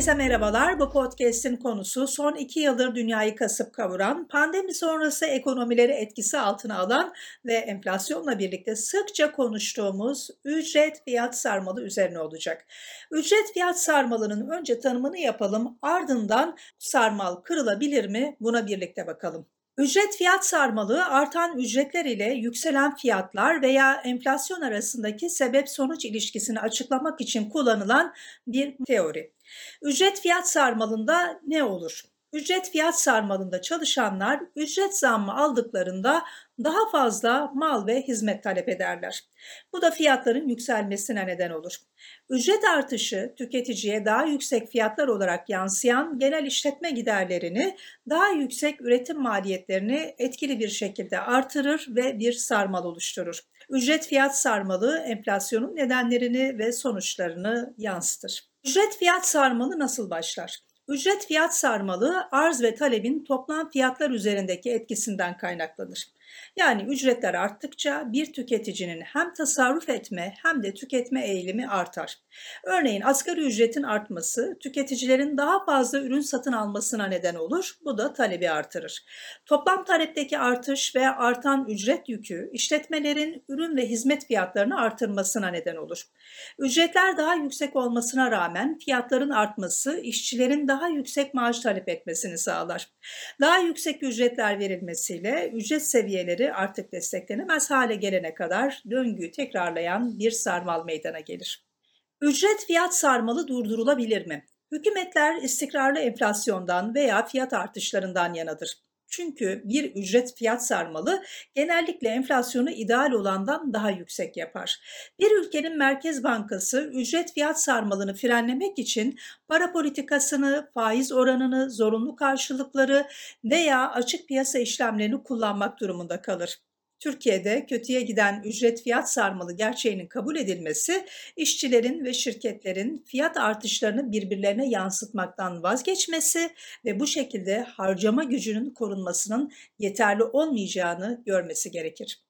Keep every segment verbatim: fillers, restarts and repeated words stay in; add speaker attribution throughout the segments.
Speaker 1: Herkese merhabalar. Bu podcast'in konusu son iki yıldır dünyayı kasıp kavuran, pandemi sonrası ekonomileri etkisi altına alan ve enflasyonla birlikte sıkça konuştuğumuz ücret fiyat sarmalı üzerine olacak. Ücret fiyat sarmalının önce tanımını yapalım, ardından sarmal kırılabilir mi? Buna birlikte bakalım. Ücret fiyat sarmalı, artan ücretler ile yükselen fiyatlar veya enflasyon arasındaki sebep-sonuç ilişkisini açıklamak için kullanılan bir teori. Ücret fiyat sarmalında ne olur? Ücret fiyat sarmalında çalışanlar ücret zammı aldıklarında daha fazla mal ve hizmet talep ederler. Bu da fiyatların yükselmesine neden olur. Ücret artışı tüketiciye daha yüksek fiyatlar olarak yansıyan genel işletme giderlerini, daha yüksek üretim maliyetlerini etkili bir şekilde artırır ve bir sarmal oluşturur. Ücret fiyat sarmalı enflasyonun nedenlerini ve sonuçlarını yansıtır. Ücret fiyat sarmalı nasıl başlar? Ücret fiyat sarmalı arz ve talebin toplam fiyatlar üzerindeki etkisinden kaynaklanır. Yani ücretler arttıkça bir tüketicinin hem tasarruf etme hem de tüketme eğilimi artar. Örneğin asgari ücretin artması tüketicilerin daha fazla ürün satın almasına neden olur. Bu da talebi artırır. Toplam talepteki artış ve artan ücret yükü işletmelerin ürün ve hizmet fiyatlarını artırmasına neden olur. Ücretler daha yüksek olmasına rağmen fiyatların artması işçilerin daha yüksek maaş talep etmesini sağlar. Daha yüksek ücretler verilmesiyle ücret seviyeleri artık desteklenemez hale gelene kadar döngüyü tekrarlayan bir sarmal meydana gelir. Ücret fiyat sarmalı durdurulabilir mi? Hükümetler istikrarlı enflasyondan veya fiyat artışlarından yanadır. Çünkü bir ücret fiyat sarmalı genellikle enflasyonu ideal olandan daha yüksek yapar. Bir ülkenin Merkez Bankası ücret fiyat sarmalını frenlemek için para politikasını, faiz oranını, zorunlu karşılıkları veya açık piyasa işlemlerini kullanmak durumunda kalır. Türkiye'de kötüye giden ücret fiyat sarmalı gerçeğinin kabul edilmesi, işçilerin ve şirketlerin fiyat artışlarını birbirlerine yansıtmaktan vazgeçmesi ve bu şekilde harcama gücünün korunmasının yeterli olmayacağını görmesi gerekir.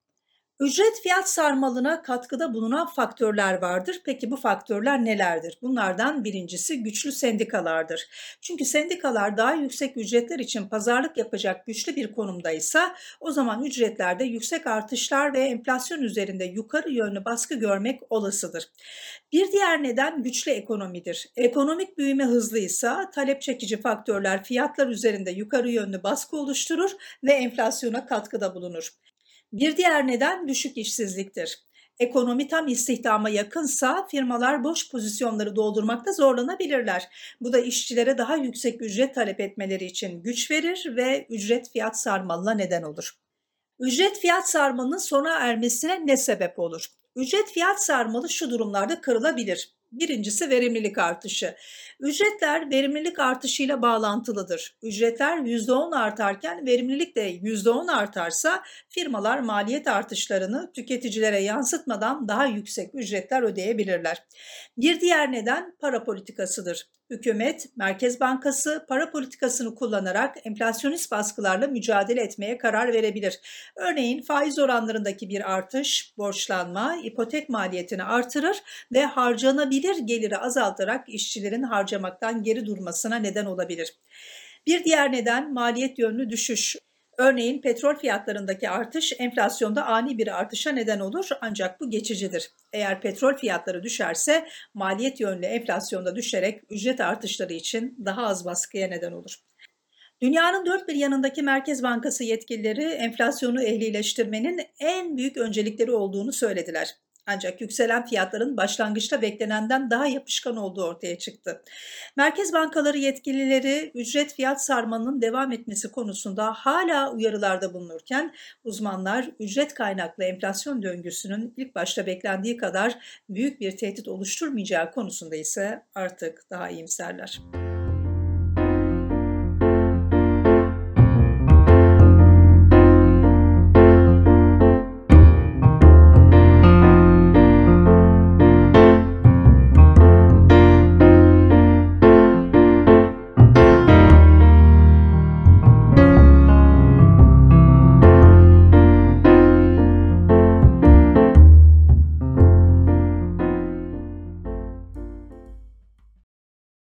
Speaker 1: Ücret fiyat sarmalına katkıda bulunan faktörler vardır. Peki bu faktörler nelerdir? Bunlardan birincisi güçlü sendikalardır. Çünkü sendikalar daha yüksek ücretler için pazarlık yapacak güçlü bir konumdaysa o zaman ücretlerde yüksek artışlar ve enflasyon üzerinde yukarı yönlü baskı görmek olasıdır. Bir diğer neden güçlü ekonomidir. Ekonomik büyüme hızlıysa talep çekici faktörler fiyatlar üzerinde yukarı yönlü baskı oluşturur ve enflasyona katkıda bulunur. Bir diğer neden düşük işsizliktir. Ekonomi tam istihdama yakınsa firmalar boş pozisyonları doldurmakta zorlanabilirler. Bu da işçilere daha yüksek ücret talep etmeleri için güç verir ve ücret fiyat sarmalına neden olur. Ücret fiyat sarmalının sona ermesine ne sebep olur? Ücret fiyat sarmalı şu durumlarda kırılabilir. Birincisi verimlilik artışı. Ücretler verimlilik artışıyla bağlantılıdır. Ücretler yüzde on artarken verimlilik de yüzde on artarsa firmalar maliyet artışlarını tüketicilere yansıtmadan daha yüksek ücretler ödeyebilirler. Bir diğer neden para politikasıdır. Hükümet, Merkez Bankası para politikasını kullanarak enflasyonist baskılarla mücadele etmeye karar verebilir. Örneğin faiz oranlarındaki bir artış, borçlanma, ipotek maliyetini artırır ve harcanabilir geliri azaltarak işçilerin harcamaktan geri durmasına neden olabilir. Bir diğer neden maliyet yönlü düşüş. Örneğin petrol fiyatlarındaki artış enflasyonda ani bir artışa neden olur ancak bu geçicidir. Eğer petrol fiyatları düşerse maliyet yönlü enflasyonda düşerek ücret artışları için daha az baskıya neden olur. Dünyanın dört bir yanındaki Merkez Bankası yetkilileri enflasyonu ehlileştirmenin en büyük öncelikleri olduğunu söylediler. Ancak yükselen fiyatların başlangıçta beklenenden daha yapışkan olduğu ortaya çıktı. Merkez bankaları yetkilileri ücret fiyat sarmalının devam etmesi konusunda hala uyarılarda bulunurken uzmanlar ücret kaynaklı enflasyon döngüsünün ilk başta beklendiği kadar büyük bir tehdit oluşturmayacağı konusunda ise artık daha iyimserler.